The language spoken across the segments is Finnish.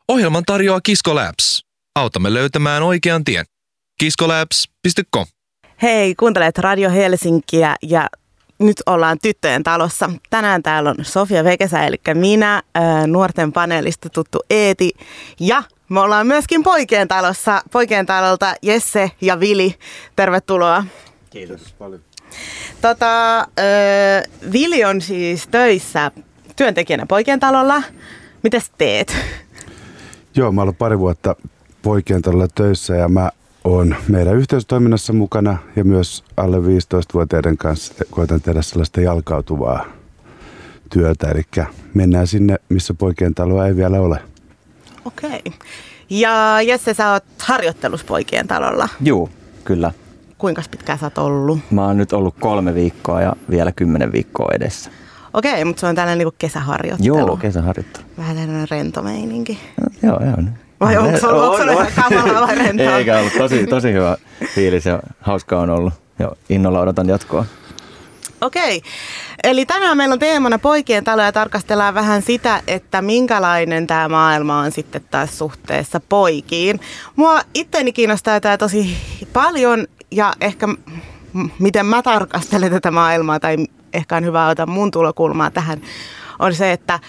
Ohjelman tarjoaa Kisko Labs. Autamme löytämään oikean tien. kiskolabs.com. Hei, kuuntelet Radio Helsinkiä ja nyt ollaan tyttöjen talossa. Tänään täällä on Sofia Vekesä, eli minä, nuorten paneelista tuttu Eeti ja me ollaan myöskin poikien talossa. Poikien talolta Jesse ja Vili. Tervetuloa. Kiitos paljon. Vili on siis töissä työntekijänä poikien talolla. Mitäs teet? Joo, mä olen pari vuotta poikien talolla töissä ja mä oon meidän yhteistoiminnassa mukana ja myös alle 15-vuotiaiden kanssa koitan tehdä sellaista jalkautuvaa työtä. Eli mennään sinne, missä poikien taloa ei vielä ole. Okei. Ja Jesse, sä oot harjoittelussa poikien talolla. Juu, kyllä. Kuinka pitkään sä oot ollut? Mä oon nyt ollut 3 viikkoa ja vielä 10 viikkoa edessä. Okei, mutta se on tällainen niinku kesäharjoittelu. Joo, kesäharjoittelu. Vähän tällainen rento meininki. Joo. Vai onko se ollut ihan kamalaa vai rentoa? Eikä ollut. Tosi hyvä fiilis ja hauskaa on ollut. Ja innolla odotan jatkoa. Okei, eli tänään meillä on teemana poikien talo ja tarkastellaan vähän sitä, että minkälainen tämä maailma on sitten taas suhteessa poikiin. Mua itteeni kiinnostaa tämä tosi paljon ja ehkä miten mä tarkastelen tätä maailmaa tai ehkä on hyvä ottaa mun tulokulmaa tähän on se, että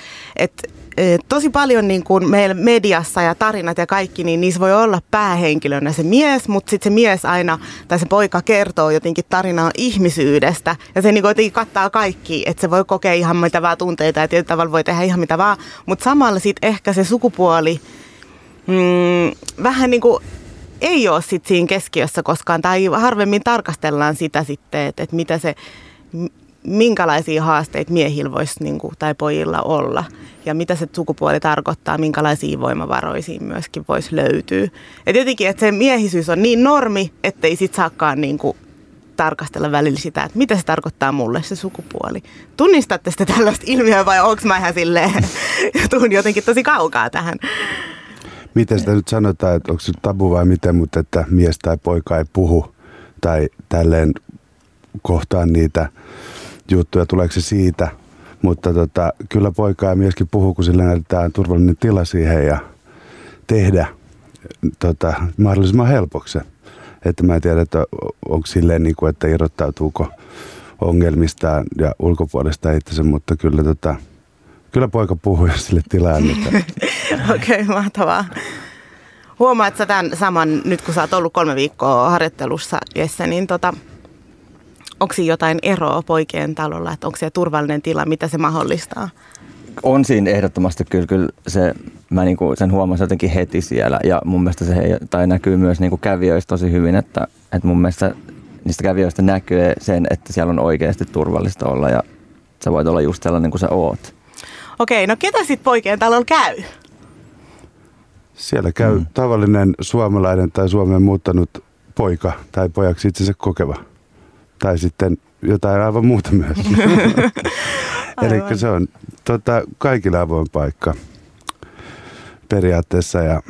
tosi paljon niin kuin meillä mediassa ja tarinat ja kaikki, niin niissä voi olla päähenkilönä se mies, mutta sitten se mies aina, tai se poika kertoo jotenkin tarinaa ihmisyydestä. Ja se niin kuin jotenkin kattaa kaikki, että se voi kokea ihan mitä vaan tunteita ja tietyllä tavalla voi tehdä ihan mitä vaan. Mutta samalla sitten ehkä se sukupuoli vähän niin kuin ei ole sit siinä keskiössä koskaan, tai harvemmin tarkastellaan sitä sitten, että mitä se minkälaisia haasteita miehillä voisi tai pojilla olla ja mitä se sukupuoli tarkoittaa, minkälaisia voimavaroja siinä myöskin voisi löytyä. Et jotenkin, että se miehisyys on niin normi, ettei sit saakaan tarkastella välillä sitä, että mitä se tarkoittaa mulle se sukupuoli. Tunnistatte sitä tällaista ilmiöä vai onko mä ihan silleen tuun jotenkin tosi kaukaa tähän? Miten sitä nyt sanotaan, että onko se tabu vai miten, mutta että mies tai poika ei puhu tai tälleen kohtaan niitä juttuja, tuleeko se siitä, mutta kyllä poika ja mieskin puhuu, kun sillä näytetään turvallinen tila siihen ja tehdä mahdollisimman helpoksi. Että mä en tiedä, että onko silleen, että irrottautuuko ongelmistaan ja ulkopuolesta itsensä, mutta kyllä poika puhuu, jos sille tilaa annetaan. Okei, mahtavaa. Huomaat sä tämän saman, nyt kun sä oot ollut 3 viikkoa harjoittelussa, Jesse, niin onko siinä jotain eroa poikien talolla, että onko se turvallinen tila, mitä se mahdollistaa? On siinä ehdottomasti kyllä se, mä sen huomasin jotenkin heti siellä ja mun mielestä se näkyy myös kävijöistä tosi hyvin, että mun mielestä niistä kävijöistä näkyy sen, että siellä on oikeasti turvallista olla ja sä voit olla just sellainen kuin sä oot. Okei, no ketä sitten poikien talolla käy? Siellä käy tavallinen suomalainen tai Suomeen muuttanut poika tai pojaksi itsensä kokeva. Tai sitten jotain aivan muuta myös. Eli se on kaikille avoin paikka periaatteessa. Ja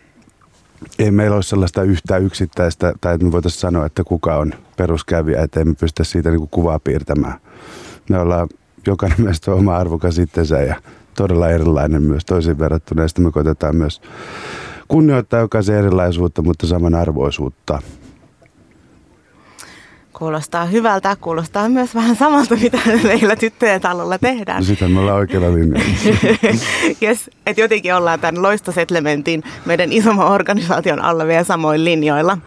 ei meillä ole sellaista yhtään yksittäistä, tai että me voitaisiin sanoa, että kuka on peruskävijä, että emme pystytä siitä kuvaa piirtämään. Me ollaan jokainen meistä oma arvokas itsensä ja todella erilainen myös toisiin verrattuna. Ja sitten me koitetaan myös kunnioittaa jokaisen erilaisuutta, mutta samanarvoisuutta. Kuulostaa hyvältä. Kuulostaa myös vähän samalta, mitä meillä tyttöjen talolla tehdään. No sitä me ollaan oikealla linjalla. Yes, että jotenkin ollaan tämän Loistosetlementin meidän isomman organisaation alla vielä samoin linjoilla.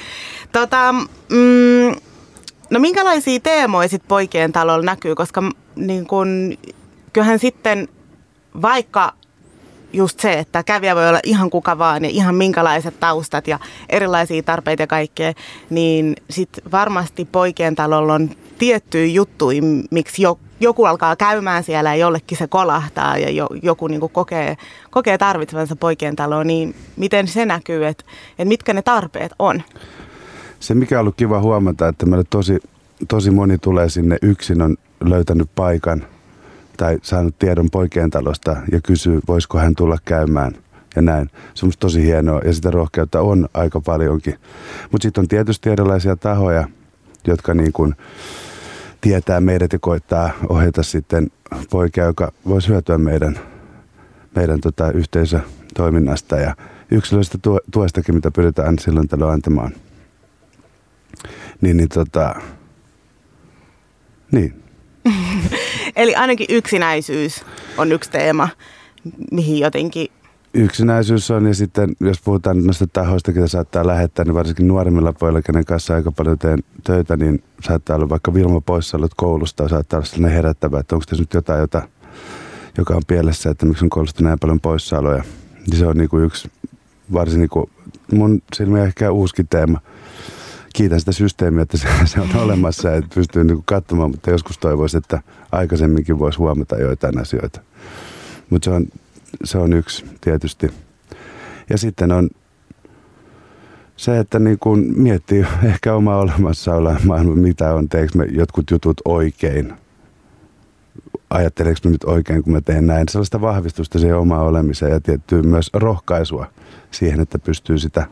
No minkälaisia teemoja sit poikien talolla näkyy, koska kyllähän sitten vaikka just se, että kävijä voi olla ihan kuka vaan ja ihan minkälaiset taustat ja erilaisia tarpeita ja kaikkea, niin sitten varmasti poikien talolla on tiettyjä juttuja, miksi joku alkaa käymään siellä ja jollekin se kolahtaa ja joku kokee tarvitsevansa poikien taloon, niin miten se näkyy, että mitkä ne tarpeet on? Se mikä on ollut kiva huomata, että meillä tosi moni tulee sinne yksin, on löytänyt paikan tai saanut tiedon poikien talosta ja kysyy, voisiko hän tulla käymään ja näin. Se on musta tosi hienoa ja sitä rohkeutta on aika paljonkin. Mutta sitten on tietysti erilaisia tahoja, jotka tietää meidät ja koittaa ohjata sitten poikia, joka voisi hyötyä meidän toiminnasta ja yksilöllisestä tuestakin, mitä pyritään silloin tällöin antamaan. Niin. Eli ainakin yksinäisyys on yksi teema, mihin jotenkin... Yksinäisyys on, ja sitten jos puhutaan noista tahoista, ketä saattaa lähettää, niin varsinkin nuoremmilla pojilla, kenen kanssa aika paljon teen töitä, niin saattaa olla vaikka Vilma poissaolot koulusta, saattaa olla sellainen herättävä, että onko tässä nyt jotain, joka on pielessä, että miksi on koulusta näin paljon poissaoloja. Ja se on niin kuin yksi varsin niin kuin mun silmiä ehkä uusikin teema. Kiitän sitä systeemiä, että se on olemassa ja että pystyy niin kuin katsomaan, mutta joskus toivoisi, että aikaisemminkin voisi huomata joitain asioita. Mutta se on yksi tietysti. Ja sitten on se, että niin kuin miettii ehkä omaa olemassaoloa maailman, mitä on, teekö me jotkut jutut oikein. Ajatteleeko me nyt oikein, kun mä teen näin. Sellaista vahvistusta siihen omaan olemiseen ja tiettyä myös rohkaisua siihen, että pystyy sitä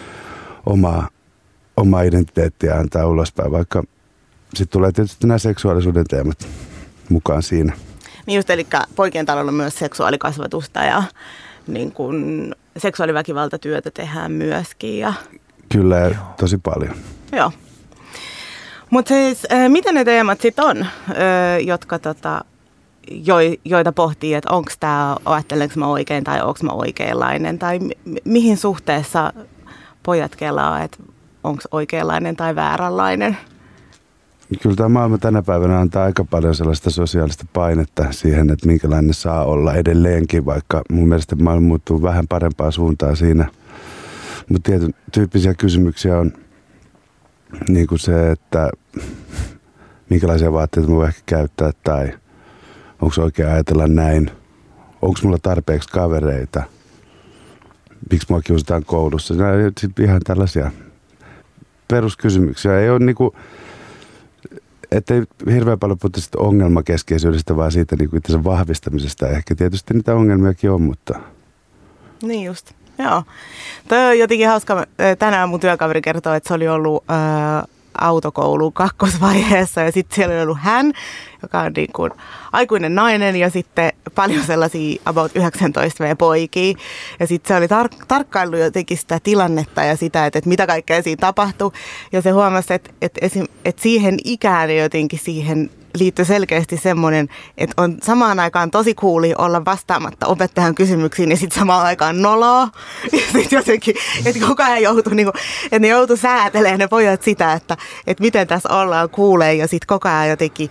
omaa identiteettiä antaa ulospäin, vaikka sitten tulee tietysti nämä seksuaalisuuden teemat mukaan siinä. Niin just, eli poikien talolla on myös seksuaalikasvatusta ja niin kun seksuaaliväkivaltatyötä tehdään myöskin. Ja... Kyllä, ja tosi paljon. Joo. Mutta siis, mitä ne teemat sitten on, jotka joita pohtii, että onko tämä, ajattelenko mä oikein tai onko mä oikeanlainen, tai mihin suhteessa pojat kelaa, että onko oikeanlainen tai vääränlainen? Kyllä tämä maailma tänä päivänä antaa aika paljon sellaista sosiaalista painetta siihen, että minkälainen saa olla edelleenkin, vaikka mun mielestä maailma muuttuu vähän parempaa suuntaan siinä. Mutta tietyn tyyppisiä kysymyksiä on niin kuin se, että minkälaisia vaatteita mä voin ehkä käyttää tai onko oikein ajatella näin, onko mulla tarpeeksi kavereita, miksi mua kiusataan koulussa. Nämä on ihan tällaisia peruskysymyksiä. Ei ole niinku, ettei hirveän paljon puhuta ongelmakeskeisyydestä, vaan siitä niinku itse vahvistamisesta. Ehkä tietysti niitä ongelmiakin on, mutta... Niin just, joo. Toi on jotenkin hauska. Tänään mun työkaveri kertoo, että se oli ollut autokouluun kakkosvaiheessa ja sitten siellä oli ollut hän, joka on niin kuin aikuinen nainen ja sitten paljon sellaisia about 19V-poikia. Ja sitten se oli tarkkaillut jotenkin sitä tilannetta ja sitä, että mitä kaikkea siinä tapahtui. Ja se huomasi, että siihen ikään jotenkin siihen liittyy selkeästi semmoinen, että on samaan aikaan tosi cooli olla vastaamatta opettajan kysymyksiin ja sitten samaan aikaan noloa. Ja sitten jotenkin, että koko ajan joutui, niin kuin, että ne joutui säätelemään ne pojat sitä, että miten tässä ollaan cooleja ja sitten koko ajan jotenkin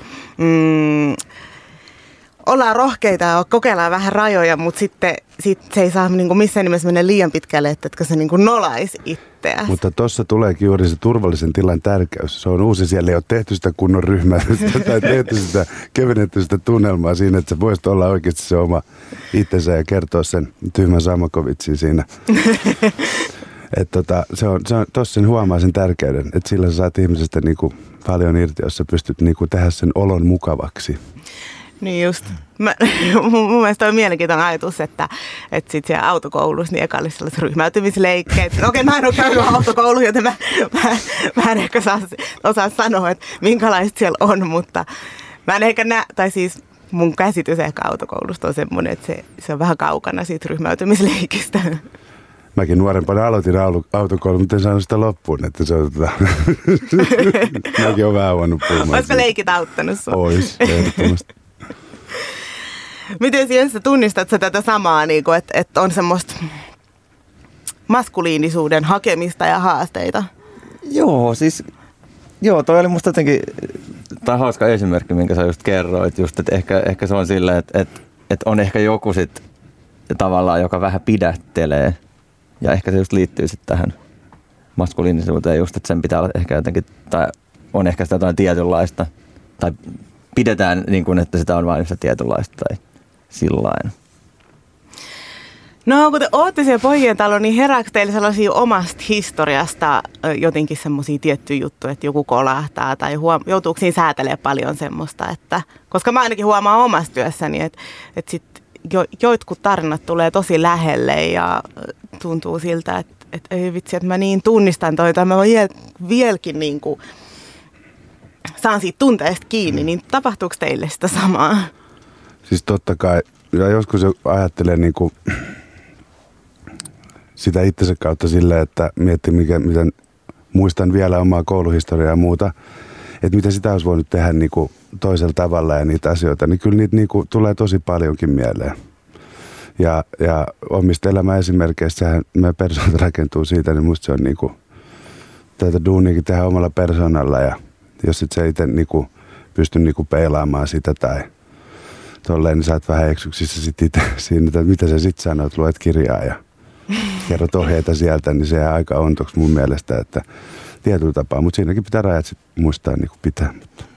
ollaan rohkeita ja kokeillaan vähän rajoja, mutta sitten se ei saa niin kuin missään nimessä mennä liian pitkälle, että se niin kuin nolaisi itseään. Mutta tuossa tuleekin juuri se turvallisen tilan tärkeys. Se on uusi, siellä ei ole tehty sitä kunnon ryhmäystä tai tehty sitä, kevennetty sitä tunnelmaa siinä, että sä voisit olla oikeasti se oma itsensä ja kertoa sen tyhmän Samakovitsin siinä. Tuossa sen huomaa sen tärkeyden, että sillä sä saat ihmisestä niinku paljon irti, jos sä pystyt niinku tehdä sen olon mukavaksi. Niin just. Mun mielestä on mielenkiintoinen ajatus, että sit siellä autokoulussa niin eka olisi sellaiset ryhmäytymisleikkeet. Okei, mä en ole käynyt autokouluun, joten mä en ehkä osaa sanoa, että minkälaista siellä on, mutta mä en ehkä tai siis mun käsitys ehkä autokoulusta on semmoinen, että se on vähän kaukana siitä ryhmäytymisleikistä. Mäkin nuorempana aloitin autokoulun, mutta en saanut sitä loppuun, että se on mäkin olen vähän voinut puhumaan. Olisiko leikit auttanut sua? Ois, ehdottomasti. Miten Jens, tunnistat sä tätä samaa, niin että on semmoista maskuliinisuuden hakemista ja haasteita? Joo, toi oli musta jotenkin, tai hauska esimerkki, minkä sä just kerroit, just, että ehkä se on silleen, että on ehkä joku sit tavallaan, joka vähän pidättelee, ja ehkä se just liittyy sitten tähän maskuliinisuuteen just, että sen pitää olla ehkä jotenkin, tai on ehkä sitä jotain tietynlaista, tai pidetään niin kuin, että sitä on vain yhtä tietynlaista tai sillain. No kun te ootte siellä poikien talo, niin herääkö teille sellaisia omasta historiasta jotenkin semmoisia tiettyjä juttuja, että joku kolahtaa tai joutuuko siinä säätelemään paljon semmoista, että koska mä ainakin huomaan omassa työssäni, että sit jotkut tarinat tulee tosi lähelle ja tuntuu siltä, että ei vitsi, että mä niin tunnistan toi, mä vieläkin niin kuin saan siitä tunteesta kiinni, niin tapahtuuko teille sitä samaa? Siis totta kai, ja joskus ajattelee niin kuin sitä itsensä kautta silleen, että miettii, miten muistan vielä omaa kouluhistoriaa ja muuta, että miten sitä olisi voinut tehdä niin kuin toisella tavalla ja niitä asioita, niin kyllä niitä niin kuin tulee tosi paljonkin mieleen. Ja omista elämäesimerkkeistä meidän persoonat rakentuu siitä, niin musta se on niin kuin tätä duuniakin tehdä omalla persoonalla ja jos et sä itse niin kuin pysty niin kuin peilaamaan sitä tai tolleen, niin sä oot vähän eksyksissä sit itse siinä, että mitä sä sit sanot, luet kirjaa ja kerrot ohjeita sieltä, niin se jää aika ontoksi mun mielestä, että tietyllä tapaa, mutta siinäkin pitää rajat sit muistaa niin kuin pitää.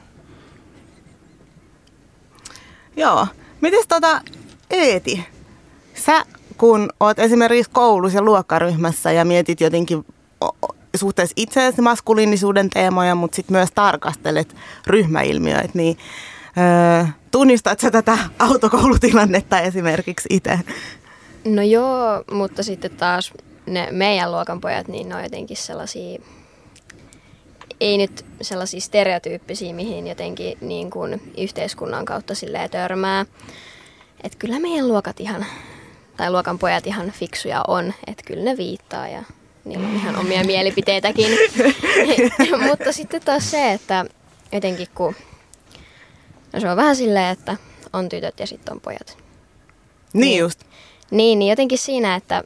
Joo. Mites Eeti? Sä kun oot esimerkiksi koulussa ja luokkaryhmässä ja mietit jotenkin suhteessa itseäsi maskuliinisuuden teemoja, mutta sitten myös tarkastelet ryhmäilmiöitä, niin tunnistat sä tätä autokoulutilannetta esimerkiksi itse? No joo, mutta sitten taas ne meidän luokan pojat, niin ne on jotenkin sellaisia, ei nyt sellaisia stereotyyppisiä, mihin jotenkin niin kuin yhteiskunnan kautta silleen törmää. Että kyllä meidän luokan pojat ihan fiksuja on, että kyllä ne viittaa ja niillä on ihan omia mielipiteitäkin. Mutta sitten taas se, että jotenkin kun, no se on vähän silleen, että on tytöt ja sitten on pojat. Niin just. Niin jotenkin siinä, että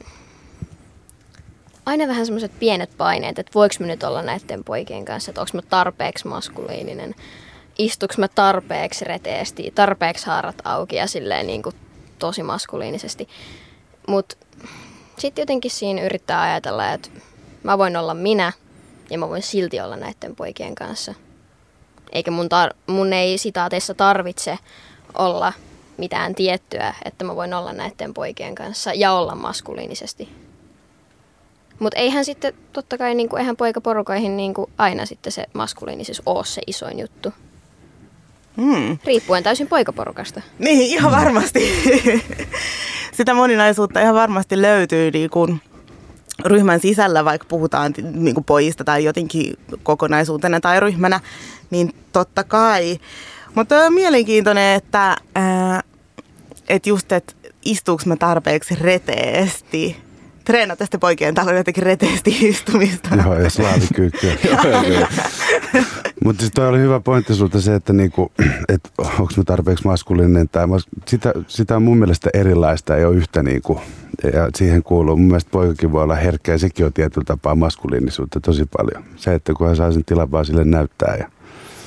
aina vähän semmoiset pienet paineet, että voiko mä nyt olla näiden poikien kanssa, että onko mä tarpeeksi maskuliininen, istuks mä tarpeeksi reteesti, tarpeeksi haarat auki ja silleen niin kuin tosi maskuliinisesti. Mutta sitten jotenkin siinä yrittää ajatella, että mä voin olla minä ja mä voin silti olla näiden poikien kanssa. Eikä mun ei sitaateissa tarvitse olla mitään tiettyä, että mä voin olla näiden poikien kanssa ja olla maskuliinisesti. Mutta eihän sitten totta kai, niinku, eihän poikaporukoihin niinku, aina sitten se maskuliinisuus ole se isoin juttu. Riippuen täysin poikaporukasta. Niin, ihan varmasti. Sitä moninaisuutta ihan varmasti löytyy niin kuin ryhmän sisällä, vaikka puhutaan niin kuin pojista tai jotenkin kokonaisuutena tai ryhmänä, niin totta kai. Mutta on mielenkiintoinen, että just, että istuuko mä tarpeeksi reteesti. Treenaatte sitten poikien taloon jotenkin reteesti istumista. Joo, ja slaavikyykkyä. Mutta siis toi oli hyvä pointti sulta se, että niinku, et onko mä tarpeeksi maskuliininen. Sitä on mun mielestä erilaista, ei ole yhtä niinku, ja siihen kuuluu. Mun mielestä poikakin voi olla herkkä ja sekin on tietyllä tapaa maskuliinisuutta tosi paljon. Se, että kun hän saa sen tilan vaan sille näyttää ja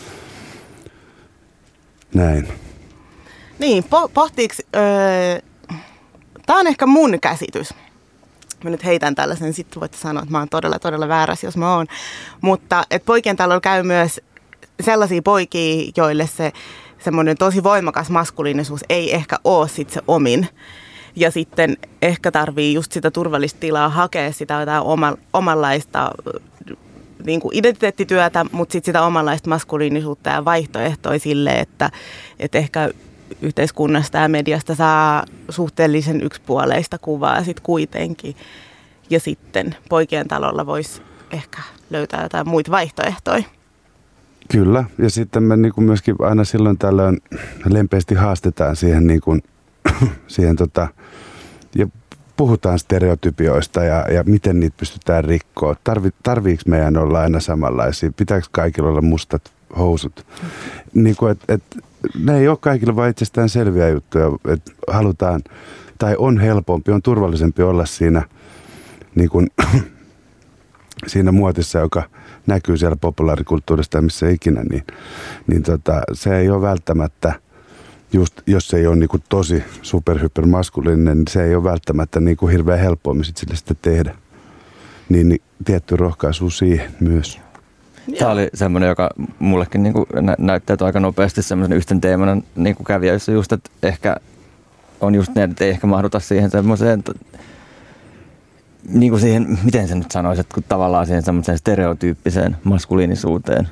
näin. Niin, pohtiiko, tää on ehkä mun käsitys. Mä nyt heitän tällaisen, sitten voitte sanoa, että mä oon todella väärässä, jos mä oon. Mutta että poikien talolla käy myös sellaisia poikia, joille se semmoinen tosi voimakas maskuliinisuus ei ehkä ole sit se omin. Ja sitten ehkä tarvii just sitä turvallista tilaa hakea sitä jotain omanlaista niin kuin identiteettityötä, mutta sitten sitä omanlaista maskuliinisuutta ja vaihtoehtoja sille, että ehkä yhteiskunnasta ja mediasta saa suhteellisen yksipuoleista kuvaa sitten kuitenkin. Ja sitten poikien talolla voisi ehkä löytää jotain muita vaihtoehtoja. Kyllä, ja sitten me niin kuin myöskin aina silloin tällöin lempeästi haastetaan siihen, niin kuin, siihen ja puhutaan stereotypioista ja miten niitä pystytään rikkoa. Tarviiko meidän olla aina samanlaisia? Pitääkö kaikilla olla mustat housut? Niin kuin, ne ei ole kaikille vaan itsestään selviä juttuja, että halutaan, tai on helpompi, on turvallisempi olla siinä, niin kuin, siinä muotissa, joka näkyy siellä populaarikulttuurista ja missä ikinä, niin se ei ole välttämättä, just jos se ei ole niin kuin tosi superhypermaskuliininen, niin se ei ole välttämättä niin kuin hirveän helppoa sille sitä tehdä. Niin tietty rohkaisuus siihen myös. Tämä oli semmoinen, joka mullekin niin näyttää aika nopeasti semmoisen yhten teemana niin kävijöissä just, että ehkä on just ne, että ei ehkä mahduta siihen semmoiseen, niin kuin siihen, miten sä nyt sanoisit, kun tavallaan siihen semmoiseen stereotyyppiseen maskuliinisuuteen.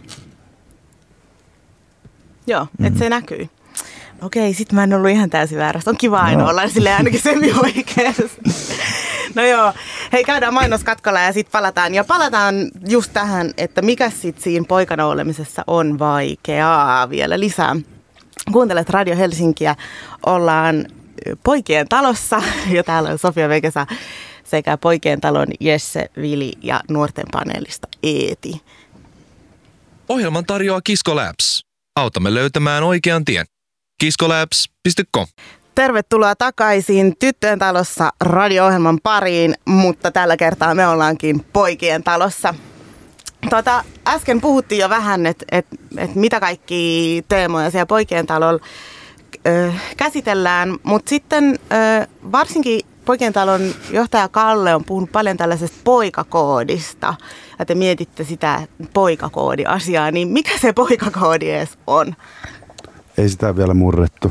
Joo, että se näkyy. Okei, sit mä en ollut ihan täysin väärässä. On kiva aina olla silleen ainakin semi-oikeassa. No joo, hei käydään mainoskatkolla ja sitten palataan. Ja palataan just tähän, että mikä sitten siinä poikana olemisessa on vaikeaa vielä lisää. Kuuntelet Radio Helsinkiä, ollaan poikien talossa ja täällä on Sofia Vekesa sekä Poikien talon Jesse, Vili ja nuorten paneelista Eeti. Ohjelman tarjoaa Kisko Labs. Autamme löytämään oikean tien. kiskolabs.com. Tervetuloa takaisin Tyttöjen talossa radio-ohjelman pariin, mutta tällä kertaa me ollaankin Poikien talossa. Äsken puhuttiin jo vähän, että mitä kaikki teemoja siellä Poikien talolla käsitellään, mutta sitten varsinkin Poikien talon johtaja Kalle on puhunut paljon tällaisesta poikakoodista. Ja te mietitte sitä poikakoodiasiaa, niin mikä se poikakoodi edes on? Ei sitä vielä murrettu.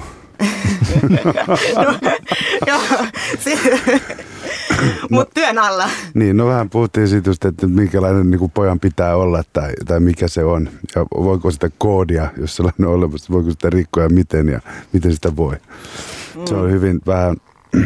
Mutta työn alla. Niin, no vähän puhuttiin siitä just, että minkälainen niin kuin pojan pitää olla tai mikä se on. Ja voiko sitä koodia, jos sellainen on olemassa, voiko sitä rikkoa ja miten sitä voi. Se on hyvin vähän,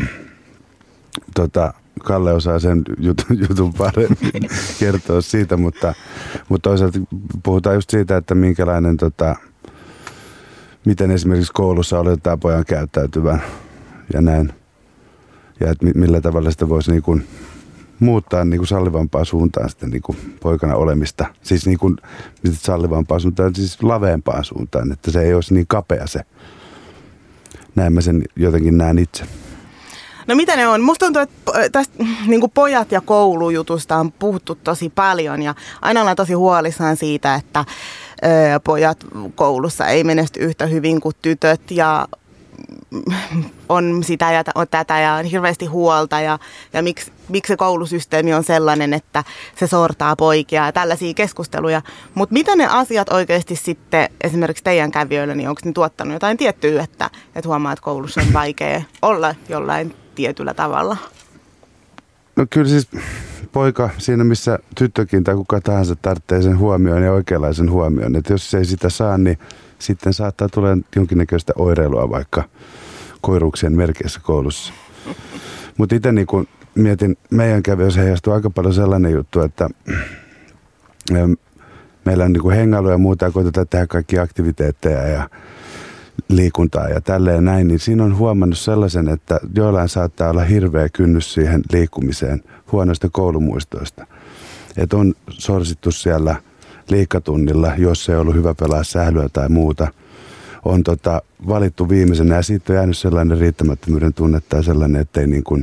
Kalle osaa sen jutun paremmin kertoa siitä, mutta toisaalta puhutaan just siitä, että minkälainen miten esimerkiksi koulussa oletetaan pojan käyttäytyvän ja näin. Ja että millä tavalla sitä voisi niin kuin muuttaa niin kuin sallivampaan suuntaan sitten niin kuin poikana olemista. Siis niin kuin sallivampaan suuntaan, siis laveampaan suuntaan, että se ei olisi niin kapea se. Näin mä sen jotenkin näen itse. No mitä ne on? Musta tuntuu, että tästä niin kuin pojat ja koulujutusta on puhuttu tosi paljon ja aina ollaan tosi huolissaan siitä, että pojat koulussa ei menesty yhtä hyvin kuin tytöt ja on sitä ja tätä ja on hirveästi huolta ja miksi se koulusysteemi on sellainen, että se sortaa poikia ja tällaisia keskusteluja. Mutta mitä ne asiat oikeasti sitten esimerkiksi teidän kävijöillä, niin onko ne tuottanut jotain tiettyä, että huomaa, että koulussa on vaikea olla jollain tietyllä tavalla? No kyllä siis poika siinä, missä tyttökin tai kuka tahansa tarvitsee sen huomioon ja oikeanlaisen huomioon. Että jos se ei sitä saa, niin sitten saattaa tulla jonkinnäköistä oireilua vaikka koiruuksien merkeissä koulussa. Mutta itse niin kun mietin, meidän kävijöissä heijastuu aika paljon sellainen juttu, että meillä on niin kuin hengailu ja muuta ja koitetaan tehdä kaikkia aktiviteetteja ja liikuntaa ja tälleen näin, niin siinä on huomannut sellaisen, että joillain saattaa olla hirveä kynnys siihen liikkumiseen huonoista koulumuistoista. Että on sorsittu siellä liikkatunnilla, jos ei ollut hyvä pelaa sählyä tai muuta. On valittu viimeisenä ja siitä on jäänyt sellainen riittämättömyyden tunne tai sellainen, että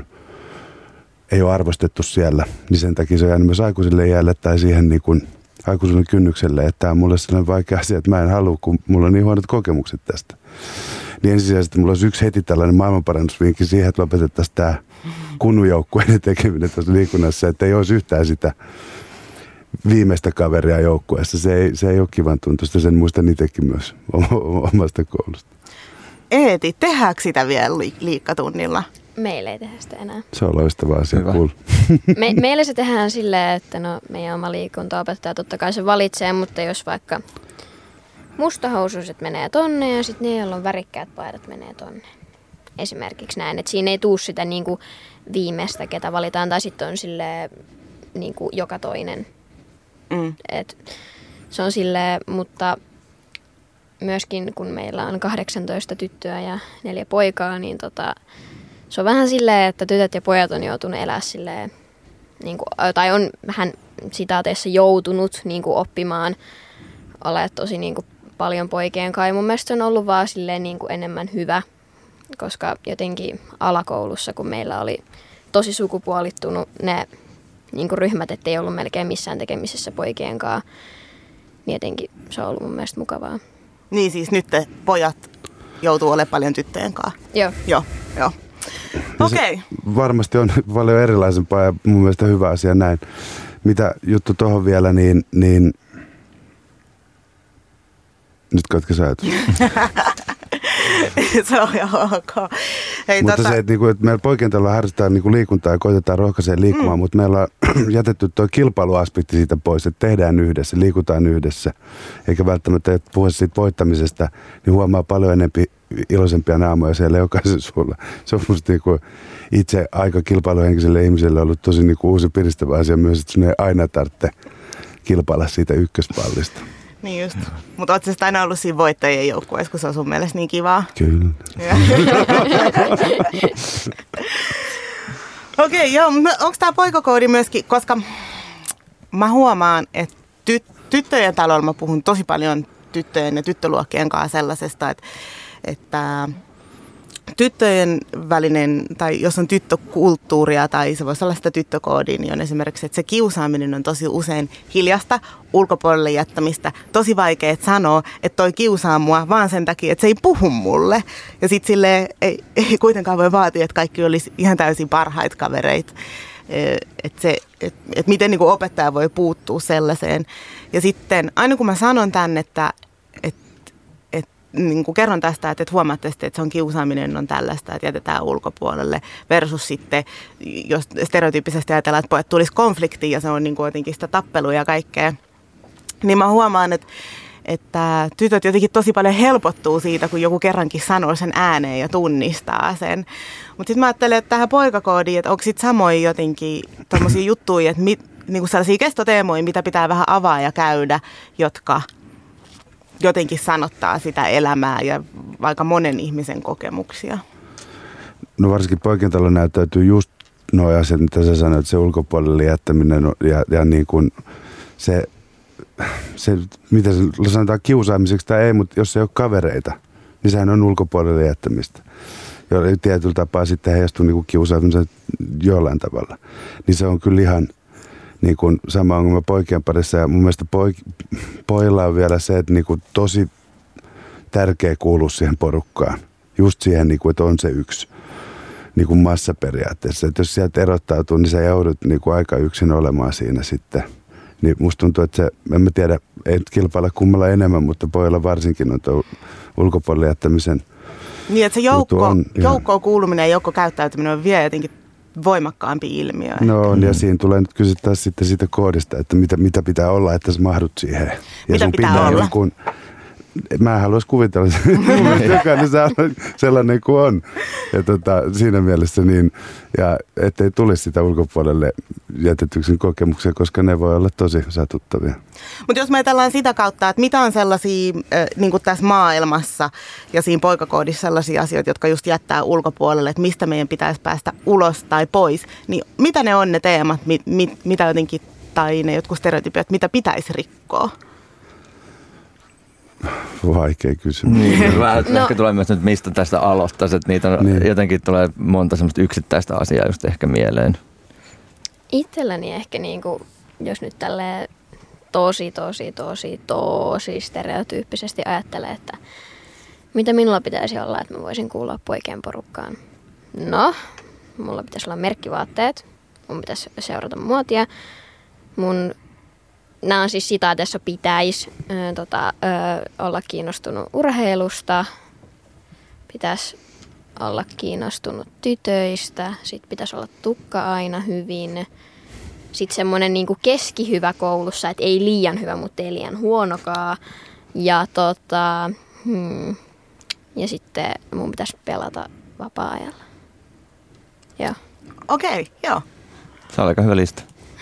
ei ole arvostettu siellä. Niin sen takia se on jäänyt myös aikuisille iälle tai siihen niin kuin aikuisuuden kynnykselle, että tämä on mulle sellainen vaikea asia, että mä en halua, kun mulla on niin huonot kokemukset tästä. Niin ensisijaisesti mulla olisi yksi heti tällainen maailmanparannusvinkki siihen, että lopetettaisiin tämä kunnujoukkueiden tekeminen tässä liikunnassa, että ei olisi yhtään sitä viimeistä kaveria joukkueessa. Se ei ole kivan tuntuista, sen muistan itsekin myös omasta koulusta. Eeti, tehdäänkö sitä vielä liikkatunnilla? Meillä ei tehdä sitä enää. Se on loistava asia, cool. Meillä se tehdään silleen, että no, meidän oma liikuntaopettaja totta kai se valitsee, mutta jos vaikka mustahousuiset menee tonne ja sitten ne, joilla on värikkäät paidat, menee tonne. Esimerkiksi näin, että siinä ei tule sitä niinku viimeistä, ketä valitaan, tai sitten on silleen niinku joka toinen. Et se on silleen, mutta myöskin kun meillä on 18 tyttöä ja 4 poikaa, niin se on vähän silleen, että tytöt ja pojat on joutunut elää silleen, niinku, tai on vähän sitaateissa joutunut niinku oppimaan olemaan tosi niinku paljon poikien kai. Mun mielestä on ollut vaan silleen niinku enemmän hyvä, koska jotenkin alakoulussa, kun meillä oli tosi sukupuolittunut ne niinku ryhmät, ettei ollut melkein missään tekemisessä poikien kanssa, niin jotenkin se on ollut mun mielestä mukavaa. Niin siis nyt pojat joutuu olemaan paljon tyttöjen kanssa. Joo. Okei. Varmasti on paljon erilaisempaa ja mun mielestä hyvä asia näin. Mitä juttu tuohon vielä, niin nyt katkesi ajatus. Se on ihan ok. Hei, mutta se, että meillä poikien talolla harrastetaan liikuntaa ja koitetaan rohkaiseen liikkumaan, mutta meillä on jätetty tuo kilpailuaspekti siitä pois, että tehdään yhdessä, liikutaan yhdessä, eikä välttämättä puhua siitä voittamisesta, niin huomaa paljon enemmän iloisempia naamoja siellä jokaisen suulla. Se on musta itse aika kilpailuhenkiselle ihmiselle ollut tosi uusi piristävä asia myös, että sun ei aina tarvitse kilpailla siitä ykköspallista. Niin just. Mutta ootko sä aina ollut siinä voittajien joukkueessa, kun se on sun mielestä niin kivaa? Kyllä. Okei, joo, mutta onko tämä poikakoodi myöskin, koska mä huomaan, että tyttöjen talolla mä puhun tosi paljon tyttöjen ja tyttöluokkien kanssa sellaisesta, että tyttöjen välinen, tai jos on tyttökulttuuria tai se voisi olla sitä tyttökoodia, niin on esimerkiksi, että se kiusaaminen on tosi usein hiljasta, ulkopuolelle jättämistä. Tosi vaikea sanoa, että toi kiusaa mua vaan sen takia, että se ei puhu mulle. Ja sitten silleen ei kuitenkaan voi vaatia, että kaikki olisi ihan täysin parhaita kavereita. Että miten niin kuin opettaja voi puuttua sellaiseen. Ja sitten aina kun mä sanon tämän, että niin kuin kerron tästä, että huomaatte, että se on kiusaaminen on tällaista, että jätetään ulkopuolelle versus sitten, jos stereotyyppisesti ajatellaan, että pojat tulisi konfliktiin ja se on niin kuin jotenkin sitä tappelua ja kaikkea, niin mä huomaan, että tytöt jotenkin tosi paljon helpottuu siitä, kun joku kerrankin sanoo sen ääneen ja tunnistaa sen. Mutta sitten mä ajattelen, että tähän poikakoodiin, että onko sitten samoin jotenkin tommosia juttuja, että niinku sellaisia kestoteemoja, mitä pitää vähän avaa ja käydä, jotka jotenkin sanottaa sitä elämää ja aika monen ihmisen kokemuksia. No varsinkin poikien talo näyttäytyy just nuo asiat, mitä sä sanoit, se ulkopuolelle jättäminen ja niin kuin se mitä se sanotaan kiusaamiseksi tai ei, mutta jos ei ole kavereita, niin sehän on ulkopuolelle jättämistä. Ja tietyllä tapaa sitten heijastuu niin kuin kiusaamisen jollain tavalla. Niin se on kyllä ihan niin kuin sama ongelma poikien parissa. Ja mun mielestä pojilla on vielä se, että niin kuin tosi tärkeä kuulua siihen porukkaan. Just siihen, niin kuin, että on se yksi niin kuin massaperiaatteessa. Että jos sieltä erottautuu, niin sä joudut niin kuin aika yksin olemaan siinä sitten. Niin musta tuntuu, että se, en mä tiedä, ei nyt kilpailla kummalla enemmän, mutta pojilla varsinkin on tuo ulkopuolelle jättämisen. Niin, että se joukkoon kuuluminen ja joukkokäyttäytyminen on vielä jotenkin voimakkaampi ilmiö. No, ja siinä tulee nyt kysyä taas sitten siitä koodista, että mitä pitää olla, että sä mahdut siihen. Ja mitä pitää olla? Mä haluaisin kuvitella, että jokainen saa sellainen kuin on. Ja siinä mielessä niin, ja ettei tulisi sitä ulkopuolelle jätetyksi kokemuksia, koska ne voi olla tosi satuttavia. Mutta jos me ajatellaan sitä kautta, että mitä on sellaisia niin kuin tässä maailmassa ja siinä poikakoodissa sellaisia asioita, jotka just jättää ulkopuolelle, että mistä meidän pitäisi päästä ulos tai pois, niin mitä ne on ne teemat, mitä jotenkin, tai ne jotkut stereotypiat, mitä pitäisi rikkoa? Vaikea kysymys. Niin, ehkä tulee myös nyt, mistä tästä aloittaisi, että niitä jotenkin tulee monta semmoista yksittäistä asiaa just ehkä mieleen. Itselläni ehkä niinku, jos nyt tälleen tosi stereotyyppisesti ajattelee, että mitä minulla pitäisi olla, että mä voisin kuulua poikien porukkaan. No, mulla pitäisi olla merkkivaatteet, mun pitäisi seurata muotia, nämä on siis sitaatessa pitäisi olla kiinnostunut urheilusta, pitäisi olla kiinnostunut tytöistä, sitten pitäisi olla tukka aina hyvin. Sitten semmoinen niinku keskihyvä koulussa, että ei liian hyvä, mutta ei liian huonokaan. Ja, ja sitten mun pitäisi pelata vapaa-ajalla. Joo. Okei, joo. Se on aika hyvä lista.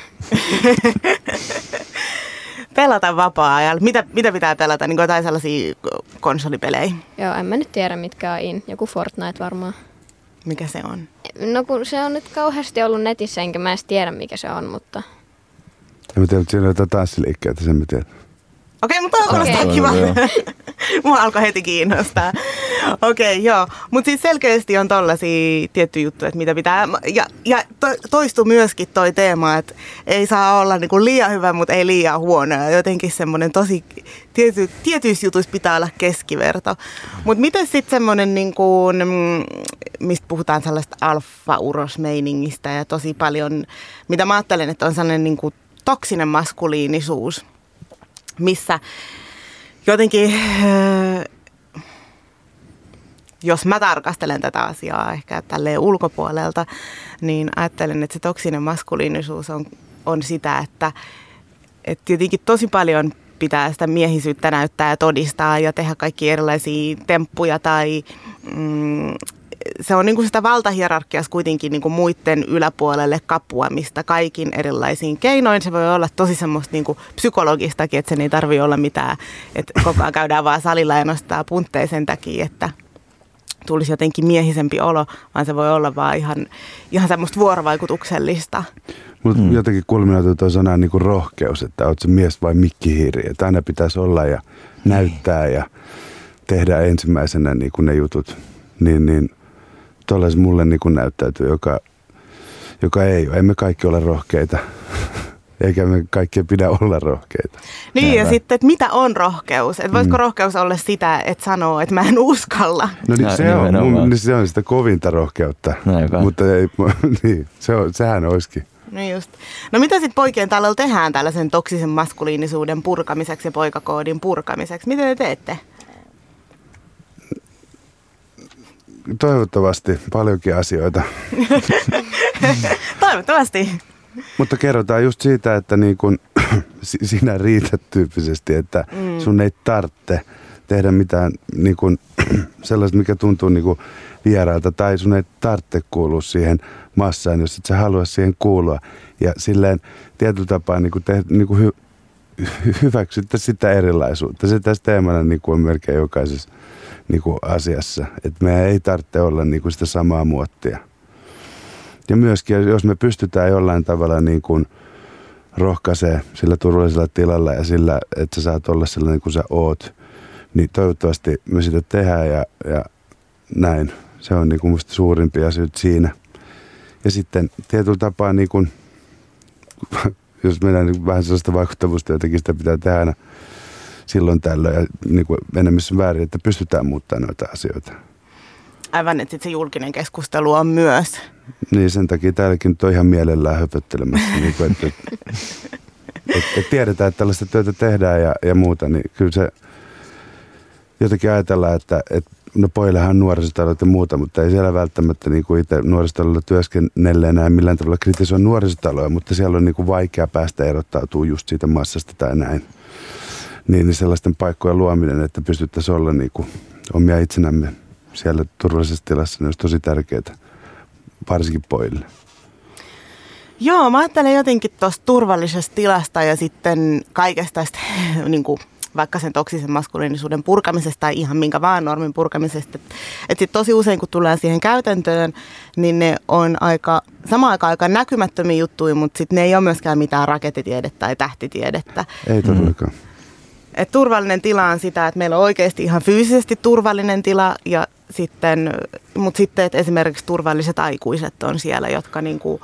Pelata vapaa-ajalla. Mitä pitää pelata? Niin kuin jotain sellaisia konsolipelejä? Joo, en mä nyt tiedä mitkä on in. Joku Fortnite varmaan. Mikä se on? No kun se on nyt kauheasti ollut netissä, enkä mä edes tiedä mikä se on, mutta... En mä tiedä, että siinä on jotain tanssiliikkeitä, sen mä tiedän. Okei, mutta on kuulostaa kiva. Mua alkoi heti kiinnostaa. Okei, joo. Mutta siis selkeästi on tollaisia tiettyjä juttuja, että mitä pitää... Ja toistuu myöskin toi teema, että ei saa olla niinku liian hyvä, mutta ei liian huono. Ja jotenkin semmoinen tosi... Tietyissä jutuissa pitää olla keskiverto. Mutta miten sitten semmoinen, niinku, mistä puhutaan sellaista alfa-urosmeiningistä ja tosi paljon... Mitä mä ajattelen, että on sellainen niinku toksinen maskuliinisuus, missä jotenkin, jos mä tarkastelen tätä asiaa ehkä tälleen ulkopuolelta, niin ajattelen, että se toksinen maskuliinisuus on sitä, että jotenkin tosi paljon pitää sitä miehisyyttä näyttää ja todistaa ja tehdä kaikki erilaisia temppuja tai... Se on niin kuin sitä valtahierarkiassa kuitenkin niin kuin muiden yläpuolelle kapuamista kaikin erilaisiin keinoin. Se voi olla tosi semmoista niin kuin psykologistakin, että sen ei tarvitse olla mitään, että koko ajan käydään vaan salilla ja nostaa puntteja sen takia, että tulisi jotenkin miehisempi olo, vaan se voi olla vaan ihan semmoista vuorovaikutuksellista. Mutta jotenkin kulminoitu tuo sana niin kuin rohkeus, että oot se mies vai mikkihiiri. Että aina pitäisi olla ja näyttää ja tehdä ensimmäisenä niin kuin ne jutut. Niin tuollaisen mulle niin kuin näyttäytyy, joka ei ole. Emme kaikki ole rohkeita. Eikä me kaikkien pidä olla rohkeita. Niin ja sitten, että mitä on rohkeus? Että voisiko rohkeus olla sitä, että sanoo, että mä en uskalla? No niin, se on sitä kovinta rohkeutta. Näinpä. Mutta ei, niin, sehän olisikin. No just. No mitä sitten poikien talolla tehdään tällaisen toksisen maskuliinisuuden purkamiseksi ja poikakoodin purkamiseksi? Mitä te teette? Toivottavasti paljonkin asioita. Toivottavasti. Mutta kerrotaan just siitä, että niin kun sinä riität tyyppisesti, että sun ei tarvitse tehdä mitään niin kun sellaista, mikä tuntuu niin kun vieraalta, tai sun ei tarvitse kuulua siihen massaan, jos et sä halua siihen kuulua. Ja silleen tietyllä tapaa niin hyväksytte sitä erilaisuutta. Se tässä teemana niin on melkein jokaisessa niin asiassa, että meidän ei tarvitse olla niin sitä samaa muottia. Ja myöskin, jos me pystytään jollain tavalla niin kuin rohkaisee sillä turvallisella tilalla ja sillä, että sä saat olla sellainen kuin sä oot, niin toivottavasti me sitä tehdään ja näin. Se on niin kuin musta suurimpia asioita siinä. Ja sitten tietyllä tapaa, niin kuin, jos mennään niin vähän sellaista vaikuttavuutta, jotenkin sitä pitää tehdä aina silloin tällöin ja niin kuin enemmissä väärin, että pystytään muuttamaan noita asioita. Aivan, että sitten se julkinen keskustelu on myös. Niin, sen takia täälläkin nyt on ihan mielellään höpöttelemässä. Niin kuin, että tiedetään, että tällaista työtä tehdään ja muuta, niin kyllä se jotenkin ajatellaan, että no pojillehan on nuorisotaloja ja muuta, mutta ei siellä välttämättä niin kuin itse nuorisotaloilla työskennelleenä millään tavalla kritisoi nuorisotaloja, mutta siellä on niin kuin vaikea päästä erottautumaan just siitä massasta tai näin. Niin sellaisten paikkojen luominen, että pystyttäisiin olla niin kuin omia itsenämme siellä turvallisessa tilassa, niin olisi tosi tärkeää, varsinkin pojille. Joo, mä ajattelen jotenkin tuosta turvallisesta tilasta ja sitten kaikesta tästä, niin kuin vaikka sen toksisen maskuliinisuuden purkamisesta tai ihan minkä vaan normin purkamisesta. Että sitten tosi usein, kun tullaan siihen käytäntöön, niin ne on samaan aikaan aika näkymättömiä juttuja, mutta sitten ne ei ole myöskään mitään rakettitiedettä tai tähtitiedettä. Ei todellakaan. Et turvallinen tila on sitä, että meillä on oikeasti ihan fyysisesti turvallinen tila, mutta sitten että esimerkiksi turvalliset aikuiset on siellä, jotka niinku,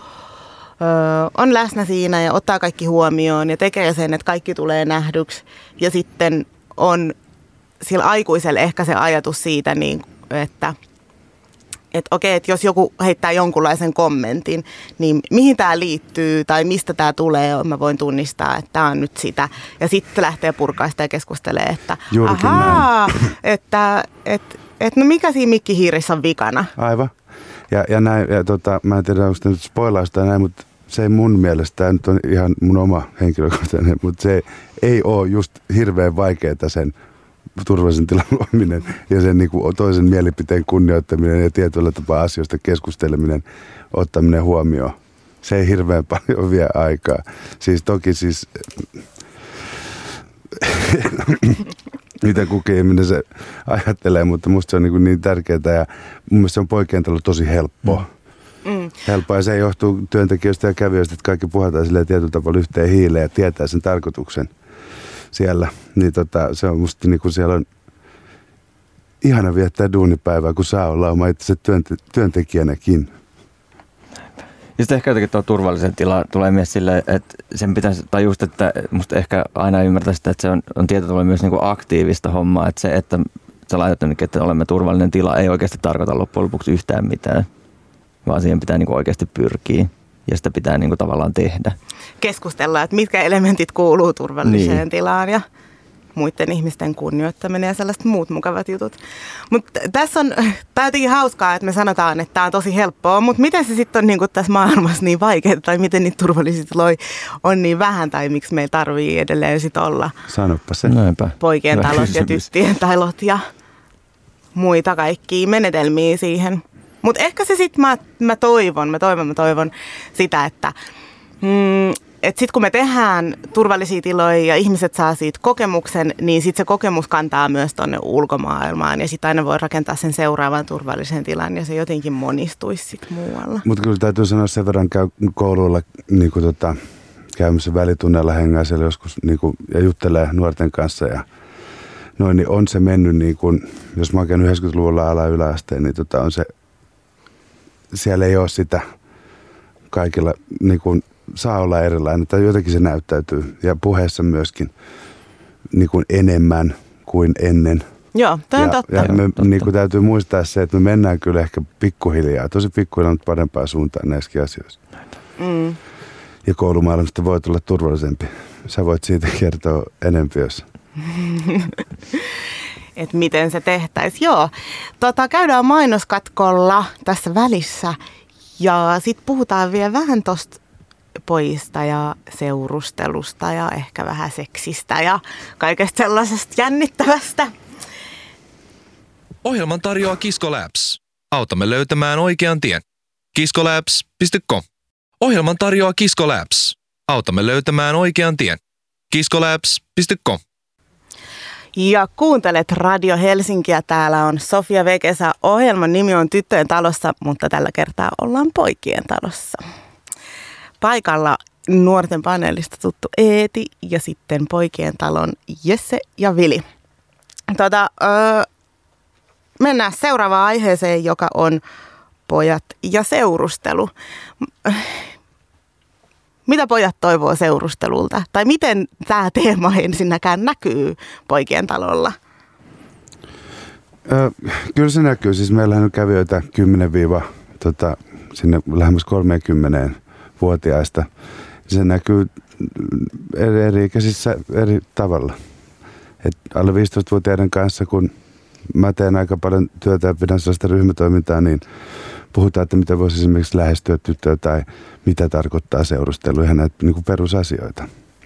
on läsnä siinä ja ottaa kaikki huomioon ja tekee sen, että kaikki tulee nähdyksi. Ja sitten on sillä aikuisella ehkä se ajatus siitä, että okei, että jos joku heittää jonkunlaisen kommentin, niin mihin tämä liittyy tai mistä tämä tulee, mä voin tunnistaa, että tämä on nyt sitä. Ja sitten lähtee purkaa sitä ja keskustelee, että että no mikä siinä mikkihiirissä on vikana. Aivan. Ja näin, mä en tiedä, onko sitä nyt spoilausta näin, mutta se ei mun mielestä, tämä nyt on ihan mun oma henkilökohtainen, mutta se ei ole just hirveän vaikeaa sen turvallisen tilan luominen ja sen niin kuin toisen mielipiteen kunnioittaminen ja tietyllä tapaa asioista keskusteleminen, ottaminen huomioon. Se ei hirveän paljon vie aikaa. Siis toki mitä kukin ihminen se ajattelee, mutta musta se on niin tärkeää ja mun mielestä se on poikien talo tosi helppoa. Helppoa ja se johtuu työntekijöistä ja kävijöistä, että kaikki puhutaan silleen tietyllä tavalla yhteen hiileen ja tietää sen tarkoituksen siellä. Niin se on musta niin kuin siellä on ihana viettää duunipäivää, kun saa olla oma itse työntekijänäkin. Ja sitten ehkä jotenkin tuo turvallisen tila tulee myös silleen, että sen pitäisi, tai just, että musta ehkä aina ymmärtää sitä, että se on tietyllä tavalla myös niin kuin aktiivista hommaa, että se, että sä laitat jonnekin, että olemme turvallinen tila, ei oikeasti tarkoita loppujen lopuksi yhtään mitään, vaan siihen pitää niin kuin oikeasti pyrkiä ja sitä pitää niin kuin tavallaan tehdä. Keskustellaan, että mitkä elementit kuuluu turvalliseen tilaan ja muiden ihmisten kunnioittaminen ja sellaiset muut mukavat jutut. Mutta tässä on jotenkin hauskaa, että me sanotaan, että tämä on tosi helppoa, mutta miten se sitten on niin kuin tässä maailmassa niin vaikeaa tai miten niitä turvallisia tiloja on niin vähän tai miksi meillä tarvii edelleen sitten olla Sanoppa se. Poikien talot ja tyttien talot ja muita kaikkia menetelmiä siihen. Mutta ehkä se sitten mä toivon sitä, että sitten kun me tehdään turvallisia tiloja ja ihmiset saa siitä kokemuksen, niin sitten se kokemus kantaa myös tuonne ulkomaailmaan. Ja sitten aina voi rakentaa sen seuraavan turvallisen tilan ja se jotenkin monistuisi sitten muualla. Mutta kyllä täytyy sanoa sen verran käy kouluilla niin käymässä välitunneilla hengää siellä joskus niin kuin, ja juttelee nuorten kanssa ja noin, niin on se mennyt niin kuin, jos mä oon käynyt 90-luvulla yläasteen, niin on se, siellä ei ole sitä kaikilla niin kuin, saa olla erilainen tai jotenkin se näyttäytyy ja puheessa myöskin niin kuin enemmän kuin ennen. Joo, tämä on totta. Ja me niin kuin täytyy muistaa se, että me mennään kyllä ehkä pikkuhiljaa, tosi pikkuhiljaa, mutta parempaan suuntaan näissäkin asioissa. Mm. Ja koulumaailmasta voi tulla turvallisempi. Sä voit siitä kertoa enemmän, jos... Että miten se tehtäisiin. Joo, käydään mainoskatkolla tässä välissä ja sitten puhutaan vielä vähän tuosta pojista ja seurustelusta ja ehkä vähän seksistä ja kaikesta sellaisesta jännittävästä. Ohjelman tarjoaa Kisko Labs. Autamme löytämään oikean tien. kiskolabs.com. Ohjelman tarjoaa Kisko Labs. Autamme löytämään oikean tien. kiskolabs.com. Ja kuuntelet Radio Helsinkiä. Täällä on Sofia Vekesä. Ohjelman nimi on Tyttöjen talossa, mutta tällä kertaa ollaan Poikien talossa. Paikalla nuorten paneelista tuttu Eeti ja sitten Poikien talon Jesse ja Vili. Mennään seuraavaan aiheeseen, joka on pojat ja seurustelu. Mitä pojat toivoo seurustelulta? Tai miten tämä teema ensinnäkään näkyy Poikien talolla? Kyllä se näkyy. Siis meillähän on kävijöitä 10- sinne lähemmäs 30-vuotiaista. Se näkyy eri ikäisissä eri tavalla. Et alle 15-vuotiaiden kanssa, kun mä teen aika paljon työtä ja pidän sellaista ryhmätoimintaa, niin puhutaan, että miten voisi esimerkiksi lähestyä tyttöä tai mitä tarkoittaa seurustelu, ihan näitä niin kuin perusasioita.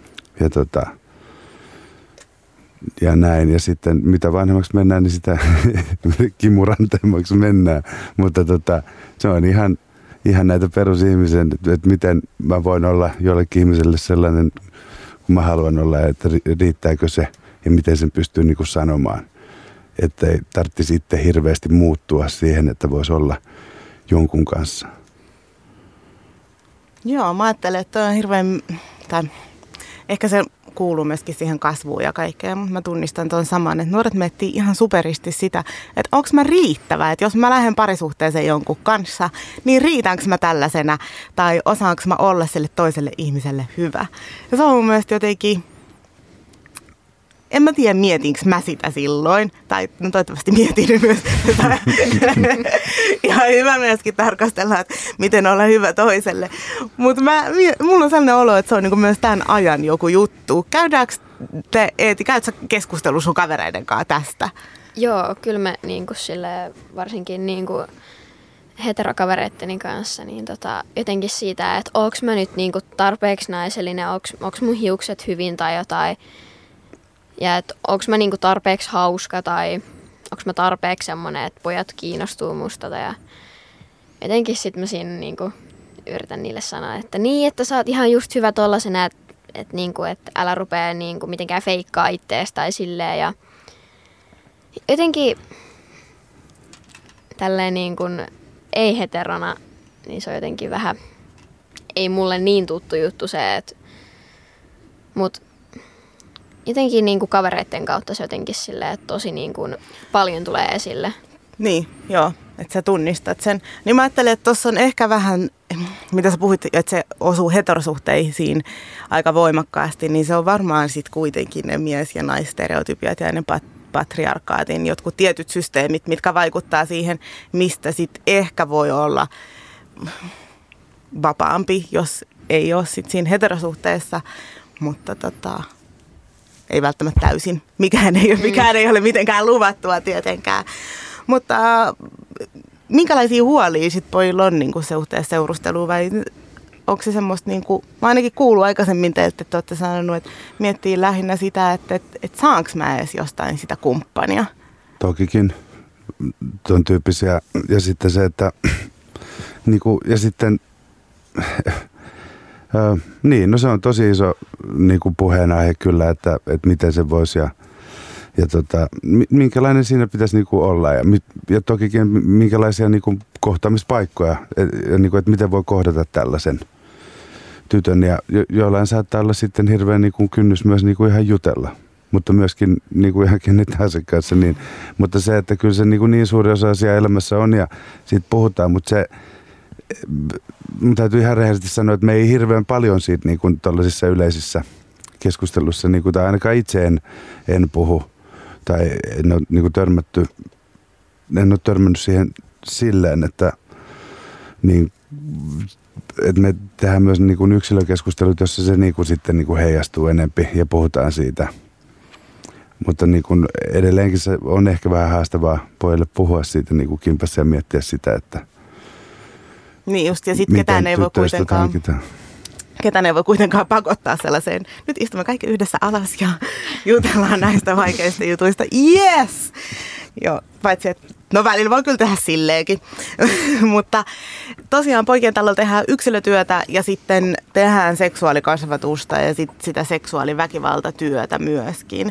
Ja näin. Ja sitten mitä vanhemmaksi mennään, niin sitä kimuranteemmaksi mennään. Mutta se on ihan näitä perusihmisen, että miten mä voin olla jollekin ihmiselle sellainen, kun mä haluan olla, että riittääkö se ja miten sen pystyy niin kuin sanomaan. Että ei tarvitsisi itse hirveästi muuttua siihen, että voisi olla jonkun kanssa. Joo, mä ajattelen, että toi on hirveän, tai ehkä se kuuluu myöskin siihen kasvuun ja kaikkeen, mutta mä tunnistan tuon saman, että nuoret miettii ihan superisti sitä, että onko mä riittävä, että jos mä lähden parisuhteeseen jonkun kanssa, niin riitänkö mä tällaisena, tai osaanko mä olla sille toiselle ihmiselle hyvä. Ja se on mun mielestä jotenkin, en mä tiedä, mietinkö mä sitä silloin, tai no toivottavasti mietin myös. Ja hyvä myöskin tarkastella, että miten olla hyvä toiselle. Mutta mulla on sellainen olo, että se on niinku myös tämän ajan joku juttu. Käydäänkö te, Eeti, käytkö keskustelua sun kavereiden kanssa tästä? Joo, kyllä me niinku varsinkin niinku heterokavereitteni kanssa niin jotenkin siitä, että onko mä nyt niinku tarpeeksi naisellinen, onko mun hiukset hyvin tai jotain. Ja että onko mä niinku tarpeeksi hauska tai onko mä tarpeeksi semmoinen, että pojat kiinnostuu musta. Ja jotenkin sit mä siinä niinku yritän niille sanoa, että niin, että sä oot ihan just hyvä tollasena, että niinku, et älä rupea niinku mitenkään feikkaa ittees tai silleen. Ja jotenkin tälleen niinku ei-heterona, niin se on jotenkin vähän, ei mulle niin tuttu juttu se, että mut jotenkin niin kuin kavereiden kautta se jotenkin silleen, että tosi niin kuin paljon tulee esille. Niin, joo, että sä tunnistat sen. Niin mä ajattelen, että tuossa on ehkä vähän, mitä sä puhuit, että se osuu heterosuhteisiin aika voimakkaasti, niin se on varmaan sitten kuitenkin ne mies- ja naisstereotypiat ja ne patriarkaatin jotkut tietyt systeemit, mitkä vaikuttaa siihen, mistä sitten ehkä voi olla vapaampi, jos ei ole sitten siinä heterosuhteessa, mutta ei välttämättä täysin. Mikään ei ole mitenkään luvattua tietenkään. Mutta minkälaisia huolia sit pojilla on niinku suhteessa seurusteluun vai onko se semmoista, niinku, mä ainakin kuullut aikaisemmin teiltä, että olette sanonut, että miettii lähinnä sitä, että saanko mä edes jostain sitä kumppania? Tokikin tuon tyyppisiä. Ja sitten se, että niinku, ja sitten Niin, no se on tosi iso niin kuin puheenaihe kyllä, että miten se voisi ja minkälainen siinä pitäisi niin kuin olla ja tokikin minkälaisia niin kuin kohtaamispaikkoja ja niin kuin, että miten voi kohdata tällaisen tytön ja jollain saattaa olla sitten hirveän niin kuin kynnys myös niin kuin ihan jutella, mutta myöskin niin kuin ihan kenen tahansa kanssa. Niin. Mutta se, että kyllä se niin suuri osa asiaa elämässä on ja siitä puhutaan, mutta se mun täytyy ihan rehellisesti sanoa, että me ei hirveän paljon siitä niin kuin tuollaisissa yleisissä keskustelussa, niin kuin, tai ainakaan itse en puhu tai en ole niin kuin törmännyt siihen silleen, että me tehdään myös niin kuin yksilökeskustelut, jossa se niin kuin sitten niin kuin heijastuu enempi ja puhutaan siitä. Mutta niin kuin edelleenkin se on ehkä vähän haastavaa pojille puhua siitä niin kuin kimpassa ja miettiä sitä, että niin just, ja sitten ketään ei voi kuitenkaan pakottaa sellaiseen. Nyt istumme kaikki yhdessä alas ja jutellaan näistä vaikeista jutuista. Yes! Joo, paitsi että no välillä voi kyllä tehdä silleenkin. Mutta tosiaan poikien talolla tehdään yksilötyötä ja sitten tehdään seksuaalikasvatusta ja sitä seksuaaliväkivaltatyötä myöskin.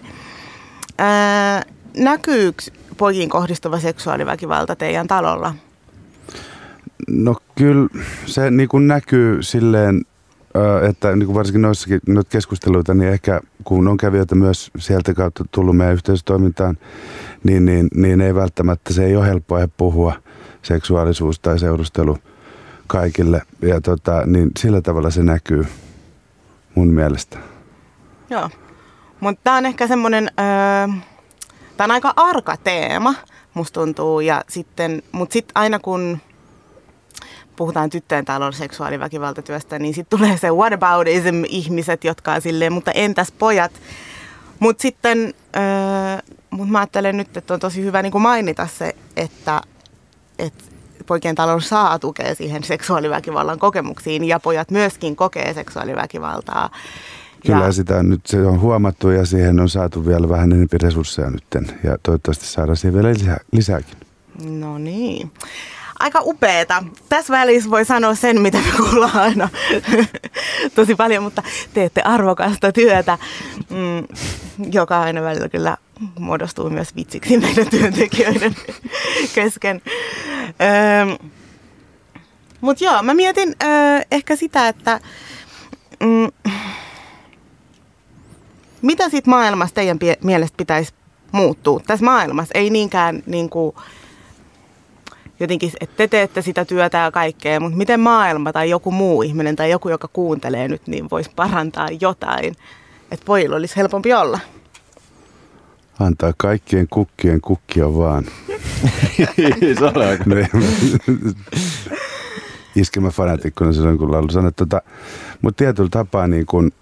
Näkyykö poikiin kohdistuva seksuaaliväkivalta teidän talolla? No kyllä se niin kuin näkyy silleen, että niin kuin varsinkin noita keskusteluita, niin ehkä kun on kävijöitä myös sieltä kautta tullut meidän yhteistoimintaan, niin ei välttämättä, se ei ole helppoa puhua seksuaalisuus tai seurustelu kaikille. Ja niin sillä tavalla se näkyy mun mielestä. Joo, mutta tämä on ehkä semmoinen, tämä on aika arka teema, musta tuntuu. Mutta sitten aina kun puhutaan tyttöjen talon seksuaaliväkivaltatyöstä, niin sitten tulee se whataboutism-ihmiset, jotka on silleen, mutta entäs pojat? Mutta sitten mä ajattelen nyt, että on tosi hyvä niin kuin mainita se, että poikien talon saa tukea siihen seksuaaliväkivallan kokemuksiin ja pojat myöskin kokee seksuaaliväkivaltaa. Kyllä sitä nyt se on huomattu ja siihen on saatu vielä vähän enemmän resursseja nytten ja toivottavasti saadaan siihen vielä lisääkin. No niin. Aika upeeta. Tässä välissä voi sanoa sen, mitä me kuullaan aina tosi paljon, mutta teette arvokasta työtä, joka aina välillä kyllä muodostuu myös vitsiksi meidän työntekijöiden kesken. Mutta joo, mä mietin ehkä sitä, että mitä siitä maailmasta teidän mielestä pitäisi muuttua? Tässä maailmassa ei niinkään niinku jotenkin, että te teette sitä työtä ja kaikkea, mutta miten maailma tai joku muu ihminen tai joku, joka kuuntelee nyt, niin voisi parantaa jotain, että pojilla olisi helpompi olla? Antaa kaikkien kukkien kukkia vaan. Se on aika. Iskemä fanatikkona silloin, kun laulu sanoi. Mutta tietyllä tapaa niin kun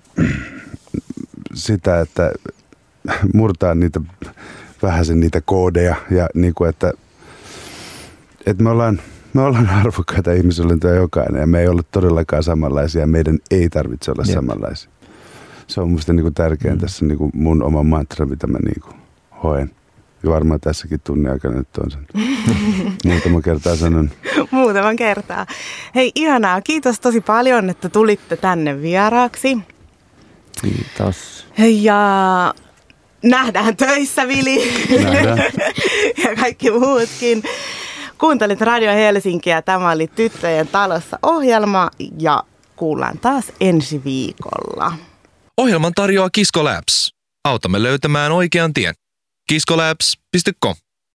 sitä, että murtaa vähäsen niitä koodeja ja niin kuin, että me ollaan arvokkaita ihmisolentoja jokainen ja me ei olla todellakaan samanlaisia ja meidän ei tarvitse olla samanlaisia. Se on musta niinku tärkein tässä niinku mun oma mantra, mitä mä niinku hoen. Ja varmaan tässäkin tunnin aikana nyt on sen. Muutama kertaa sanon. Muutaman kertaa. Hei, ihanaa. Kiitos tosi paljon, että tulitte tänne vieraaksi. Kiitos. Ja nähdään töissä, Vili. Nähdään. Ja kaikki muutkin. Kuuntelit Radio Helsinkiä. Tämä oli Tyttöjen talossa -ohjelma ja kuullaan taas ensi viikolla. Ohjelman tarjoaa Kisko Labs. Autamme löytämään oikean tien. kiskolabs.com